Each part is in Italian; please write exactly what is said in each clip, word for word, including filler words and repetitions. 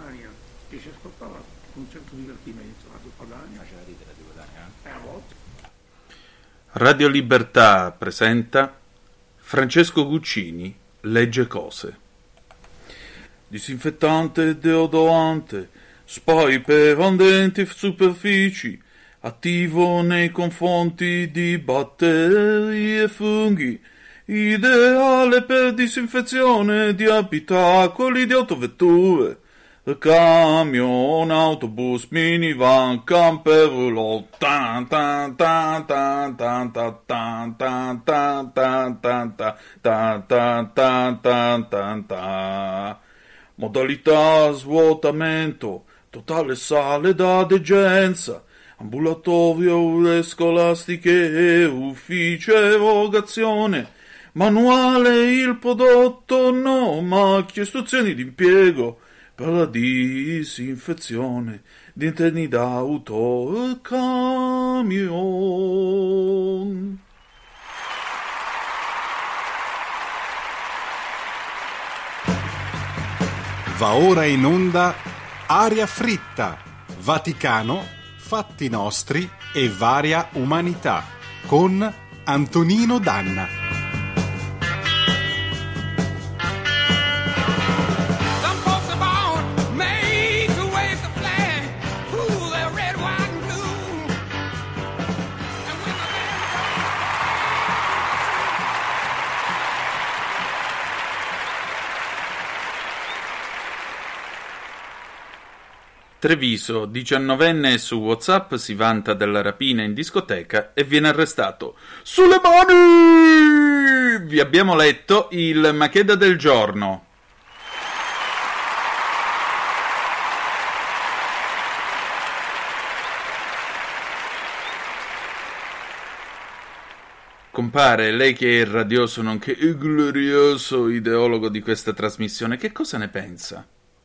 Padania e si ascoltava con un certo divertimento Radio Padania. Faceva ridere di Padania, eh? A volte. Radio Libertà presenta Francesco Guccini legge cose. Disinfettante, deodorante, spray per andenti superfici, attivo nei confronti di batteri e funghi, ideale per disinfezione di abitacoli di autovetture, camion, autobus, minivan, camper, roulotte, tan tan tan tan tan tan tan tan tan tan tan tan tan tan tan tan. Modalità svuotamento, totale sale da degenza, ambulatorio, aule scolastiche e ufficio erogazione, manuale il prodotto, no macchie, istruzioni d'impiego per la disinfezione di interni d'auto e camion. Va ora in onda Aria fritta, Vaticano, fatti nostri e varia umanità, con Antonino Danna. Treviso, diciannovenne su WhatsApp si vanta della rapina in discoteca e viene arrestato. Sulle mani! Vi abbiamo letto il Macheda del giorno. Compare, lei che è il radioso nonché il glorioso ideologo di questa trasmissione, che cosa ne pensa?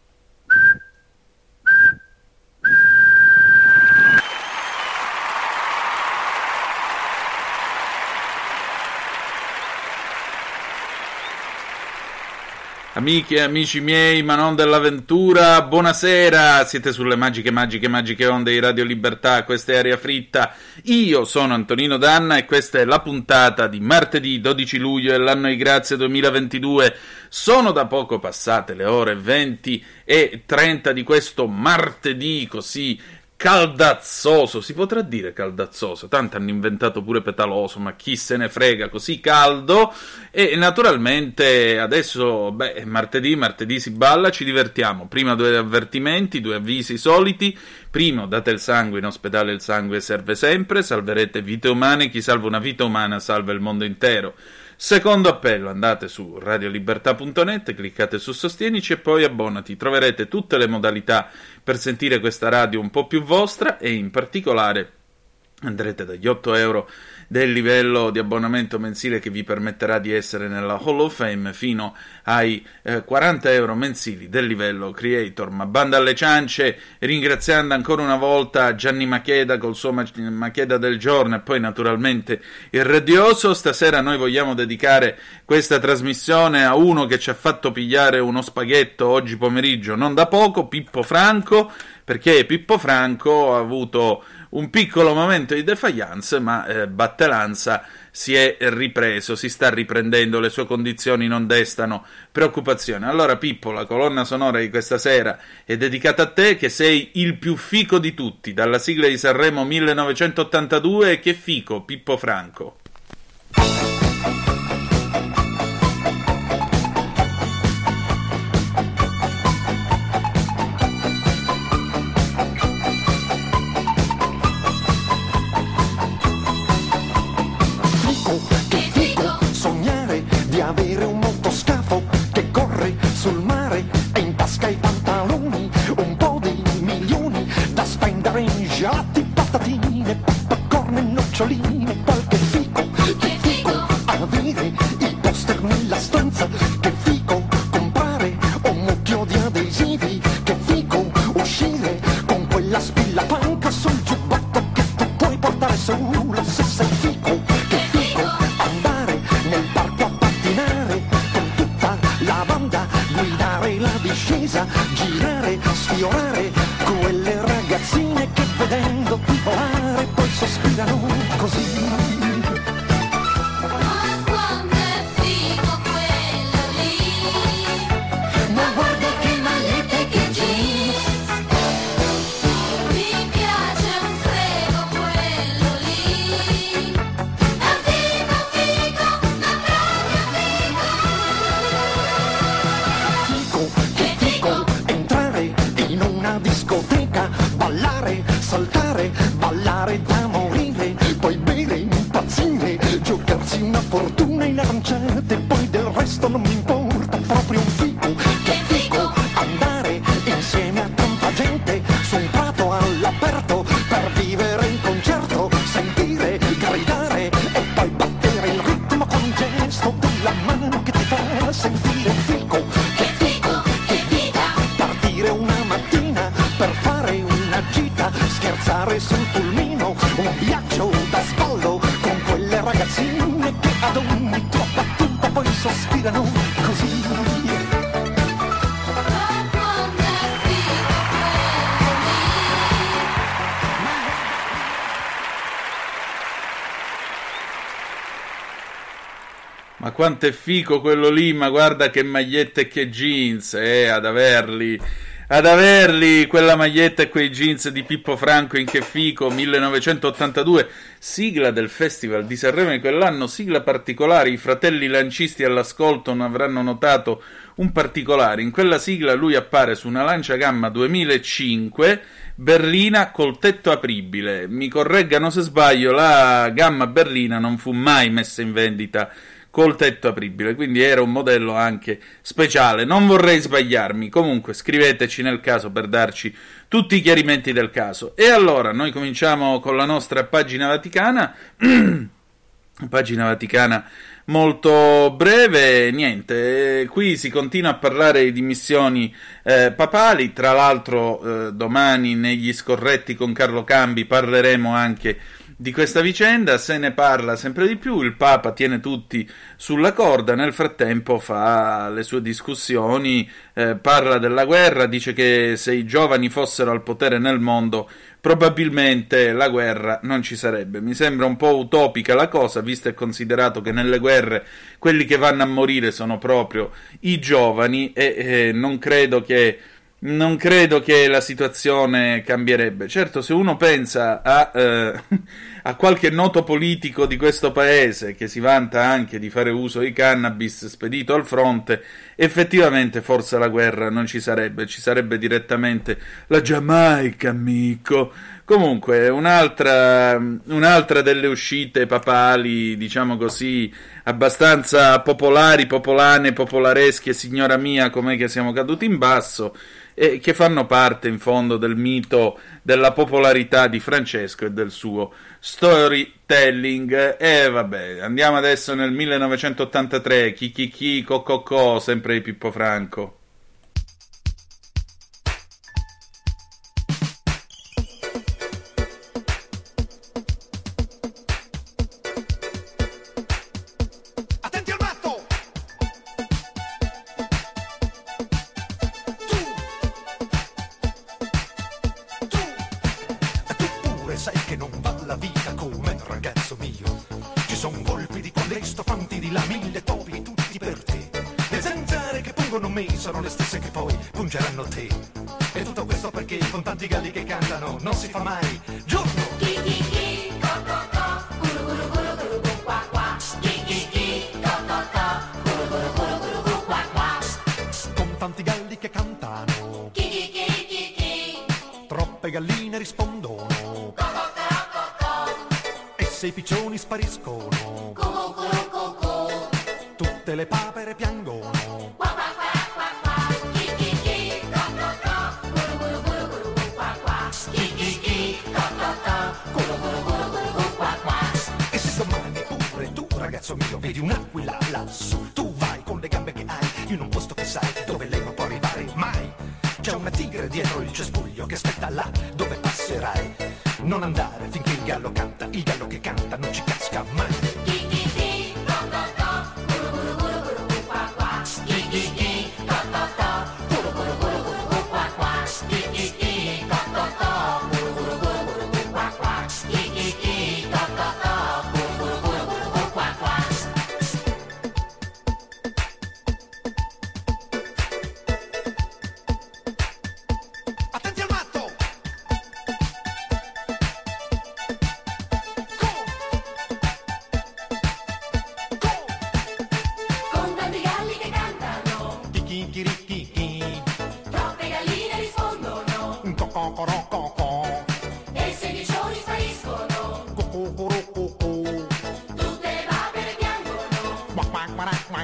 Amiche e amici miei, ma non dell'avventura, buonasera, siete sulle magiche, magiche, magiche onde di Radio Libertà, questa è Aria Fritta, io sono Antonino Danna e questa è la puntata di martedì dodici luglio dell'anno di grazia duemilaventidue, sono da poco passate le ore venti e trenta di questo martedì così caldazzoso, si potrà dire caldazzoso, tanto hanno inventato pure petaloso, ma chi se ne frega, così caldo. E naturalmente adesso, beh, martedì, martedì si balla, ci divertiamo. Prima due avvertimenti, due avvisi soliti. Primo, date il sangue, in ospedale il sangue serve sempre, salverete vite umane, chi salva una vita umana salva il mondo intero. Secondo appello, andate su radiolibertà punto net, cliccate su Sostienici e poi abbonati, troverete tutte le modalità per sentire questa radio un po' più vostra e in particolare andrete dagli otto euro del livello di abbonamento mensile che vi permetterà di essere nella Hall of Fame fino ai eh, quaranta euro mensili del livello Creator. Ma banda alle ciance, ringraziando ancora una volta Gianni Macheda col suo Macheda del giorno e poi naturalmente il radioso. Stasera noi vogliamo dedicare questa trasmissione a uno che ci ha fatto pigliare uno spaghetto oggi pomeriggio non da poco, Pippo Franco, perché Pippo Franco ha avuto un piccolo momento di defiance, ma eh, Battelanza si è ripreso, si sta riprendendo, le sue condizioni non destano preoccupazione. Allora Pippo, la colonna sonora di questa sera è dedicata a te, che sei il più fico di tutti, dalla sigla di Sanremo millenovecentottantadue, che fico, Pippo Franco. Avere un motoscafo che corre sul mare e in tasca i pantaloni, un po' di milioni da spendere in gelati, patatine, popcorn e noccioline, qualche fico sfiorare quelle ragazzine che vedendoti volare poi sospirano così. Saltare, ballare da morire, poi bere, impazzire, giocarsi una fortuna in aranciate, poi del resto non mi importa, proprio un fico, che fico, andare insieme a tanta gente su un prato all'aperto per vivere in concerto, sentire, gridare e poi battere il ritmo con un gesto della mano che ti fa sentire fico, che fico, che vita, partire una mattina per fare una gita, scherzare sul pulmino, un viaggio da sballo con quelle ragazzine che ad ogni tua battuta poi sospirano così. Ma quanto è fico quello lì, ma guarda che magliette e che jeans, eh, ad averli, ad averli, quella maglietta e quei jeans di Pippo Franco in Che fico, millenovecentottantadue, sigla del Festival di Sanremo di quell'anno, sigla particolare, i fratelli lancisti all'ascolto non avranno notato un particolare, in quella sigla lui appare su una Lancia Gamma duemilacinque, berlina col tetto apribile, mi correggano se sbaglio, la Gamma berlina non fu mai messa in vendita col tetto apribile, quindi era un modello anche speciale, non vorrei sbagliarmi, comunque scriveteci nel caso per darci tutti i chiarimenti del caso. E allora noi cominciamo con la nostra pagina vaticana, pagina vaticana molto breve, niente, qui si continua a parlare di missioni eh, papali, tra l'altro eh, domani negli scorretti con Carlo Cambi parleremo anche di questa vicenda, se ne parla sempre di più, il Papa tiene tutti sulla corda, nel frattempo fa le sue discussioni, eh, parla della guerra, dice che se i giovani fossero al potere nel mondo probabilmente la guerra non ci sarebbe. Mi sembra un po' utopica la cosa, visto e considerato che nelle guerre quelli che vanno a morire sono proprio i giovani e eh, non credo che Non credo che la situazione cambierebbe. Certo, se uno pensa a, eh, a qualche noto politico di questo paese che si vanta anche di fare uso di cannabis spedito al fronte, effettivamente forse la guerra non ci sarebbe, ci sarebbe direttamente la Giamaica, amico. Comunque, un'altra, un'altra delle uscite papali, diciamo così, abbastanza popolari, popolane, popolaresche, signora mia, com'è che siamo caduti in basso, e che fanno parte in fondo del mito della popolarità di Francesco e del suo storytelling. E vabbè, andiamo adesso nel millenovecentottantatré, chi chi chi, co co co, sempre di Pippo Franco. Sono le stesse che poi pungeranno te. E tutto questo perché con tanti galli che cantano non si fa mai giorno. Chi chi chi, co co co, guru guru guru guru gu qua qua. Chi chi chi, co co co, guru guru guru guru gu qua qua. Con tanti galli che cantano. Chi chi chi chi chi. Troppe galline rispondono. Co co co co co. E se i piccioni spariscono. Cu cu cu cu cu. Tutte le papere piangono. Qua qua qua. Ragazzo mio, vedi un'aquila lassù, tu vai con le gambe che hai in un posto che sai dove lei non può arrivare mai. C'è una tigre dietro il cespuglio che aspetta là dove passerai. Non andare finché il gallo canta, il gallo che canta non ci casca mai. Chi chi chi, co co co, guru guru guru guru gu qua qua. Chi chi chi, co co co, guru guru guru guru gu qua qua. Chi chi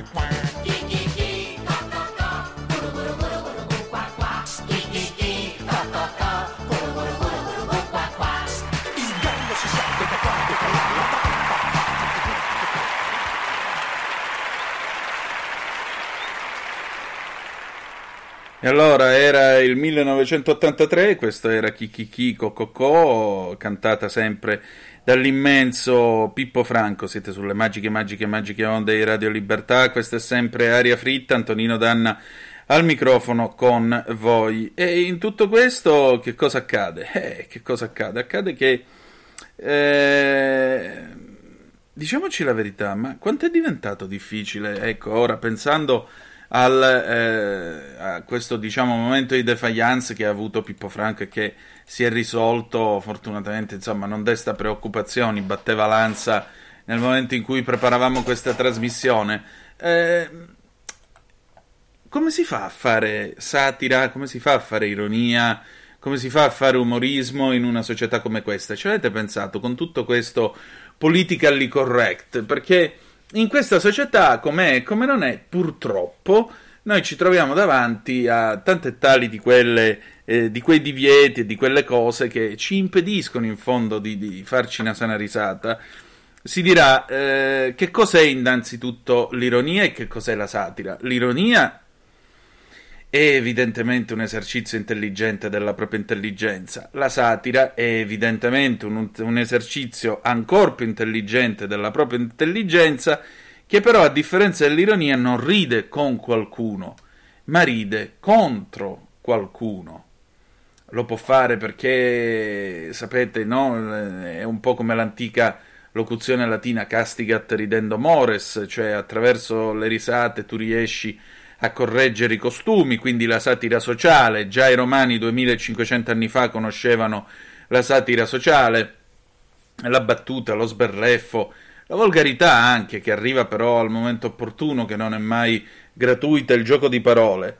E allora era il millenovecentottantatré, questo era Chi Chi Chi Co Co Co, cantata sempre dall'immenso Pippo Franco. Siete sulle magiche, magiche, magiche onde di Radio Libertà, questa è sempre Aria Fritta, Antonino Danna al microfono con voi. E in tutto questo che cosa accade? Eh, che cosa accade? Accade che, eh, diciamoci la verità, ma quanto è diventato difficile, ecco, ora pensando Al, eh, a questo diciamo momento di defiance che ha avuto Pippo Franco e che si è risolto fortunatamente, insomma non desta preoccupazioni, batteva l'ansa nel momento in cui preparavamo questa trasmissione. Eh, come si fa a fare satira, come si fa a fare ironia, come si fa a fare umorismo in una società come questa? Ci avete pensato con tutto questo politically correct? Perché in questa società, com'è e come non è, purtroppo, noi ci troviamo davanti a tante e tali di quelle, eh, di quei divieti e di quelle cose che ci impediscono in fondo di, di farci una sana risata. Si dirà, eh, che cos'è innanzitutto l'ironia e che cos'è la satira? L'ironia è evidentemente un esercizio intelligente della propria intelligenza. La satira è evidentemente un, un esercizio ancor più intelligente della propria intelligenza, che però a differenza dell'ironia non ride con qualcuno, ma ride contro qualcuno. Lo può fare perché, sapete, no? È un po' come l'antica locuzione latina castigat ridendo mores, cioè attraverso le risate tu riesci a correggere i costumi, quindi la satira sociale. Già i romani duemilacinquecento anni fa conoscevano la satira sociale, la battuta, lo sberleffo, la volgarità anche, che arriva però al momento opportuno, che non è mai gratuita, il gioco di parole.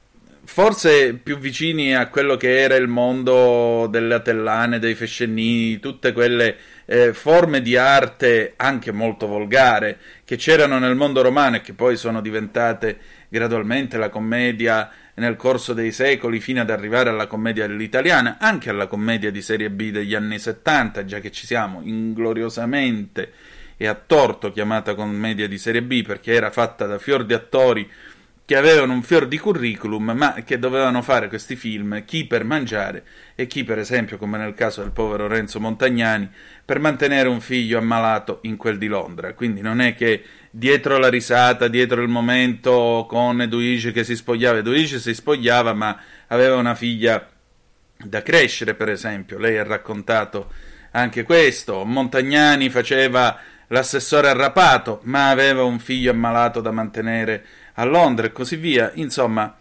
Forse più vicini a quello che era il mondo delle atellane, dei fescennini, tutte quelle eh, forme di arte anche molto volgare che c'erano nel mondo romano e che poi sono diventate gradualmente la commedia nel corso dei secoli, fino ad arrivare alla commedia dell'italiana, anche alla commedia di serie B degli anni settanta, già che ci siamo, ingloriosamente e a torto chiamata commedia di serie B, perché era fatta da fior di attori che avevano un fior di curriculum, ma che dovevano fare questi film, chi per mangiare e chi, per esempio, come nel caso del povero Renzo Montagnani, per mantenere un figlio ammalato in quel di Londra. Quindi non è che dietro la risata, dietro il momento con Edwige che si spogliava, Edwige si spogliava ma aveva una figlia da crescere, per esempio, lei ha raccontato anche questo. Montagnani faceva l'assessore arrapato ma aveva un figlio ammalato da mantenere a Londra e così via. Insomma,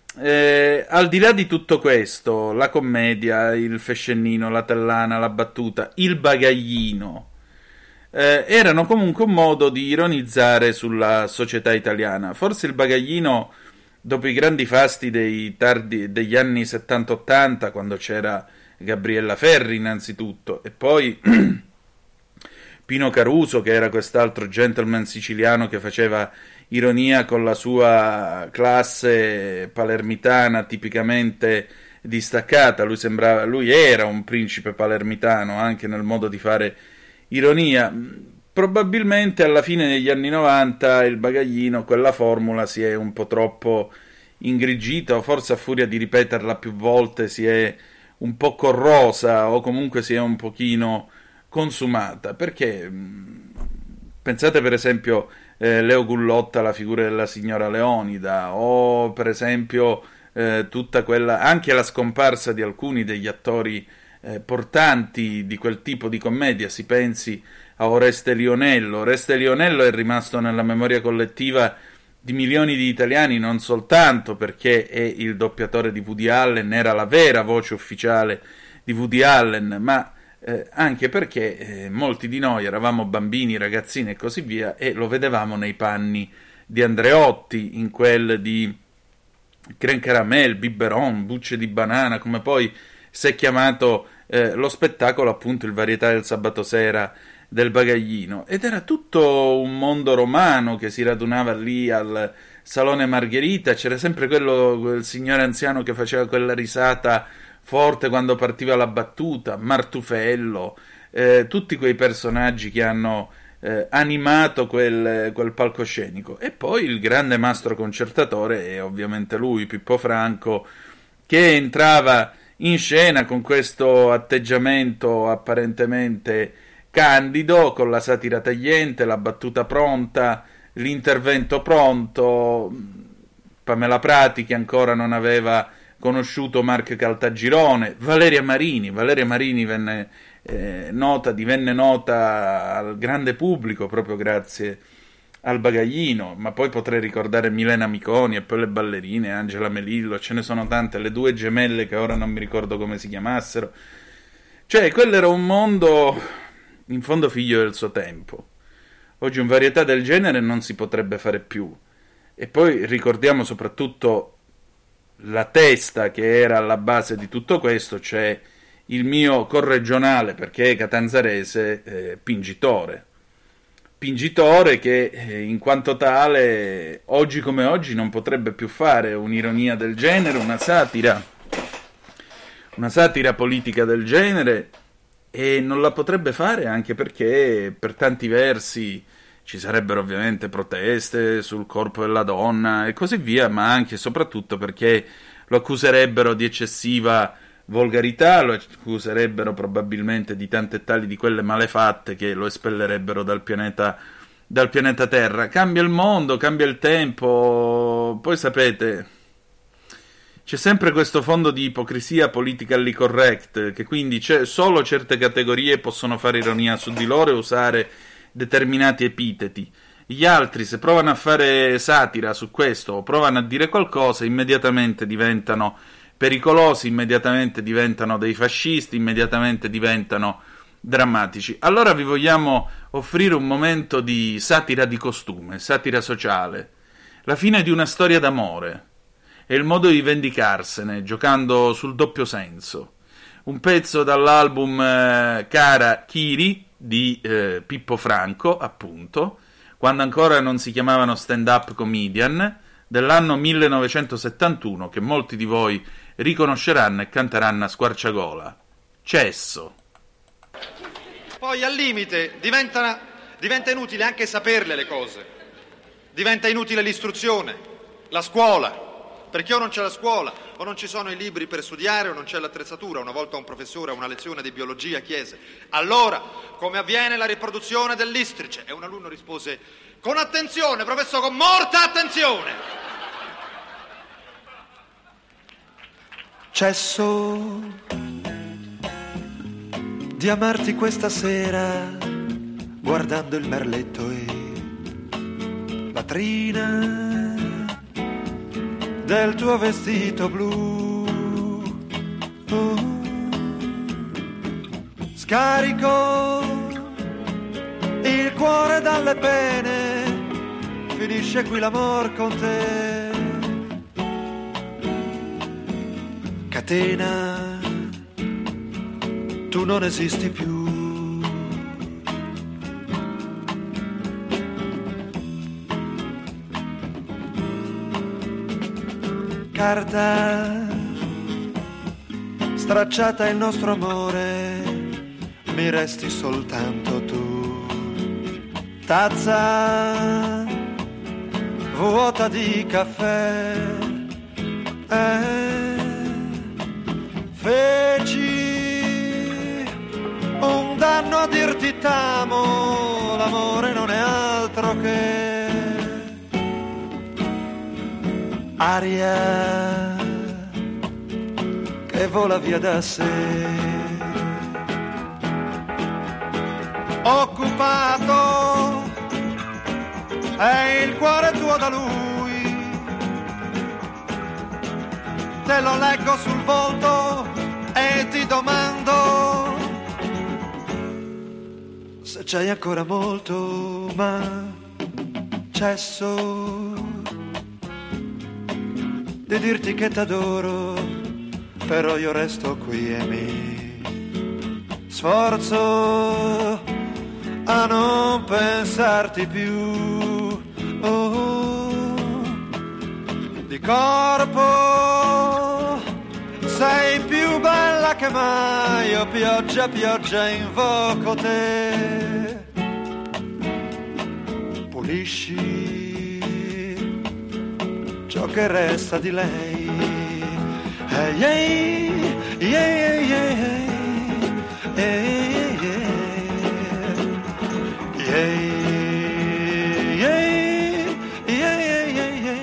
eh, al di là di tutto questo, la commedia, il fescennino, la tellana, la battuta, il bagaglino eh, erano comunque un modo di ironizzare sulla società italiana. Forse il bagaglino, dopo i grandi fasti dei tardi, degli anni settanta ottanta, quando c'era Gabriella Ferri innanzitutto e poi Pino Caruso, che era quest'altro gentleman siciliano che faceva ironia con la sua classe palermitana tipicamente distaccata. Lui sembrava, lui era un principe palermitano anche nel modo di fare ironia. Probabilmente alla fine degli anni novanta il bagaglino, quella formula si è un po' troppo ingrigita, o forse a furia di ripeterla più volte si è un po' corrosa, o comunque si è un pochino consumata, perché pensate per esempio eh, Leo Gullotta, la figura della signora Leonida, o per esempio eh, tutta quella, anche la scomparsa di alcuni degli attori eh, portanti di quel tipo di commedia. Si pensi a Oreste Lionello. Oreste Lionello è rimasto nella memoria collettiva di milioni di italiani non soltanto perché è il doppiatore di Woody Allen, era la vera voce ufficiale di Woody Allen, ma Eh, anche perché eh, molti di noi eravamo bambini, ragazzini e così via e lo vedevamo nei panni di Andreotti, in quel di Creme Caramel, Biberon, Bucce di Banana, come poi si è chiamato eh, lo spettacolo, appunto il Varietà del sabato sera del bagaglino, ed era tutto un mondo romano che si radunava lì al Salone Margherita. C'era sempre quello, quel signore anziano che faceva quella risata forte quando partiva la battuta, Martufello, eh, tutti quei personaggi che hanno eh, animato quel, quel palcoscenico. E poi il grande mastro concertatore è ovviamente lui, Pippo Franco, che entrava in scena con questo atteggiamento apparentemente candido, con la satira tagliente, la battuta pronta, l'intervento pronto. Pamela Prati, che ancora non aveva conosciuto Mark Caltagirone, Valeria Marini. Valeria Marini venne eh, nota, divenne nota al grande pubblico proprio grazie al bagaglino, ma poi potrei ricordare Milena Miconi e poi le ballerine, Angela Melillo, ce ne sono tante, le due gemelle che ora non mi ricordo come si chiamassero. Cioè, quello era un mondo in fondo figlio del suo tempo. Oggi un varietà del genere non si potrebbe fare più. E poi ricordiamo soprattutto la testa che era alla base di tutto questo, cioè il mio corregionale, perché è catanzarese, eh, Pingitore. Pingitore che eh, in quanto tale oggi come oggi non potrebbe più fare un'ironia del genere, una satira, una satira politica del genere, e non la potrebbe fare anche perché per tanti versi ci sarebbero ovviamente proteste sul corpo della donna e così via, ma anche e soprattutto perché lo accuserebbero di eccessiva volgarità, lo accuserebbero probabilmente di tante e tali di quelle malefatte che lo espellerebbero dal pianeta, dal pianeta Terra. Cambia il mondo, cambia il tempo, poi sapete, c'è sempre questo fondo di ipocrisia politically correct, che quindi c'è, solo certe categorie possono fare ironia su di loro e usare determinati epiteti. Gli altri, se provano a fare satira su questo o provano a dire qualcosa, immediatamente diventano pericolosi, immediatamente diventano dei fascisti, immediatamente diventano drammatici. Allora vi vogliamo offrire un momento di satira di costume, satira sociale, la fine di una storia d'amore e il modo di vendicarsene giocando sul doppio senso. Un pezzo dall'album eh, Cara Chiri di eh, Pippo Franco, appunto, quando ancora non si chiamavano stand-up comedian, dell'anno millenovecentosettantuno, che molti di voi riconosceranno e canteranno a squarciagola. Cesso. Poi al limite diventa, diventa inutile anche saperle le cose, diventa inutile l'istruzione, la scuola, perché o non c'è la scuola, o non ci sono i libri per studiare, o non c'è l'attrezzatura. Una volta un professore a una lezione di biologia chiese: allora, come avviene la riproduzione dell'istrice? E un alunno rispose: con attenzione, professore, con molta attenzione. Cesso di amarti questa sera, guardando il merletto e la trina del tuo vestito blu. Oh. Scarico il cuore dalle pene, finisce qui l'amor con te. Catena, tu non esisti più. Carta stracciata il nostro amore, mi resti soltanto tu. Tazza vuota di caffè, eh, feci un danno a dirti t'amo, l'amore non è altro che aria che vola via da sé. Occupato è il cuore tuo da lui, te lo leggo sul volto e ti domando se c'hai ancora molto, ma cesso di dirti che t'adoro, però io resto qui e mi sforzo a non pensarti più. Oh, di corpo sei più bella che mai, oh pioggia, pioggia, invoco te. Pulisci ciò che resta di lei. Hey, hey, yeah, yeah, yeah. Hey, yeah, yeah, yeah, yeah, yeah, yeah,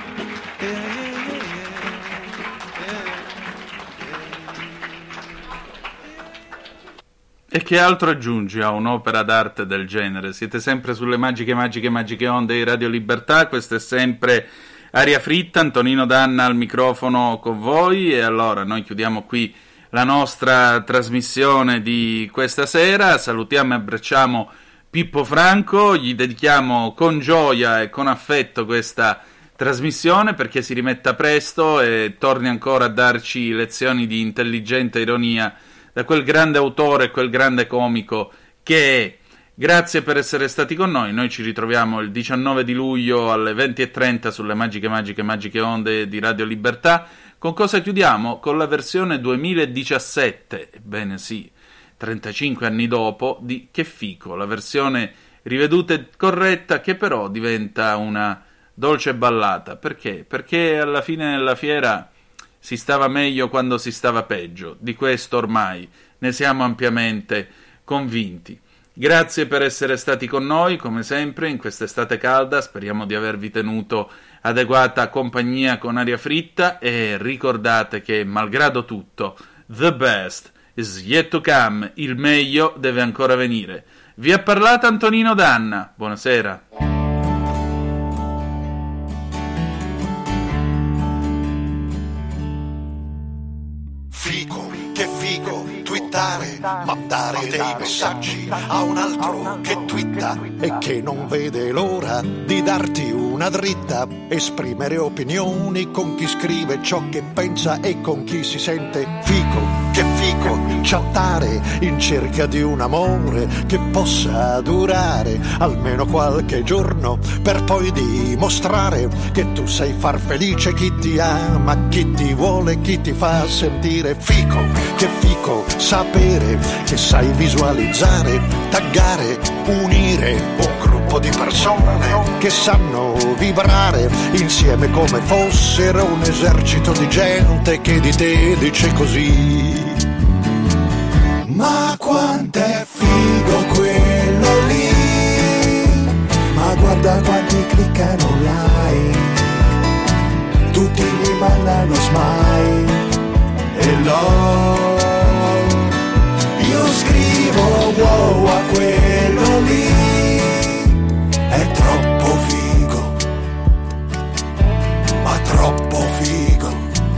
E che altro aggiungi a un'opera d'arte del genere? Siete sempre sulle magiche, magiche, magiche onde di Radio Libertà, questo è sempre Aria Fritta, Antonino Danna al microfono con voi, e allora noi chiudiamo qui la nostra trasmissione di questa sera. Salutiamo e abbracciamo Pippo Franco, gli dedichiamo con gioia e con affetto questa trasmissione perché si rimetta presto e torni ancora a darci lezioni di intelligente ironia da quel grande autore, quel grande comico che è. Grazie per essere stati con noi, noi ci ritroviamo il diciannove di luglio alle venti e trenta sulle magiche, magiche, magiche onde di Radio Libertà. Con cosa chiudiamo? Con la versione duemiladiciassette, ebbene sì, trentacinque anni dopo, di Che fico, la versione riveduta e corretta che però diventa una dolce ballata. Perché? Perché alla fine della fiera si stava meglio quando si stava peggio, di questo ormai ne siamo ampiamente convinti. Grazie per essere stati con noi, come sempre, in quest'estate calda. Speriamo di avervi tenuto adeguata compagnia con Aria Fritta e ricordate che, malgrado tutto, the best is yet to come, il meglio deve ancora venire. Vi ha parlato Antonino Danna, buonasera. Fico, che figo, twittare, mandare dei messaggi a un altro che twitta e che non vede l'ora di darti una dritta, esprimere opinioni con chi scrive ciò che pensa e con chi si sente fico, che fico, chattare in cerca di un amore che possa durare almeno qualche giorno per poi dimostrare che tu sai far felice chi ti ama, chi ti vuole, chi ti fa sentire fico, che fico, sapere che sai visualizzare, taggare, unire un gruppo di persone che sanno vibrare insieme come fossero un esercito di gente che di te dice così. Ma quant'è figo quello lì, ma guarda quanti cliccano like, tutti gli mandano smile e love. Io scrivo wow a quello lì, è troppo figo, ma troppo figo.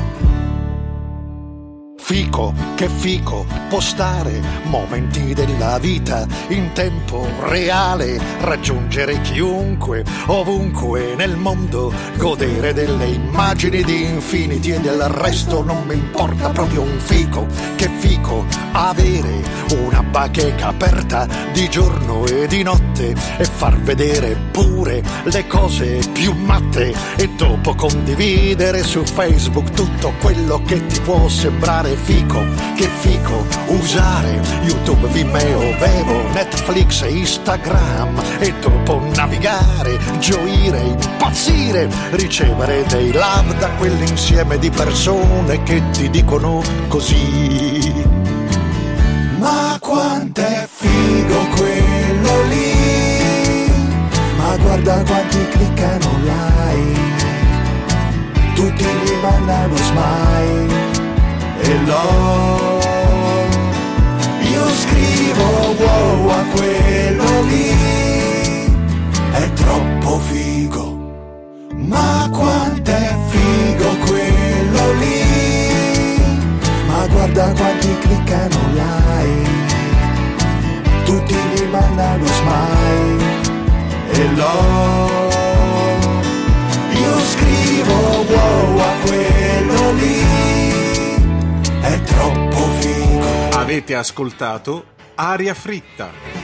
Fico, che fico, postare momenti della vita in tempo reale, raggiungere chiunque, ovunque nel mondo, godere delle immagini di Infinity e del resto non mi importa proprio un fico, che fico, avere una bacheca aperta di giorno e di notte e far vedere pure le cose più matte e dopo condividere su Facebook tutto quello che ti può sembrare fico, che fico, usare YouTube, Vimeo, Vevo, Netflix e Instagram e dopo navigare, gioire, impazzire, ricevere dei love da quell'insieme di persone che ti dicono così. Ma quant'è figo quello lì, ma guarda quanti cliccano like, tutti gli mandano smile e love. Io scrivo wow a quello lì, è troppo figo, ma quant'è figo quello lì, ma guarda quanti cliccano like, tutti gli mandano smile e love. Io scrivo wow a quello lì, è troppo figo. Avete ascoltato Aria Fritta.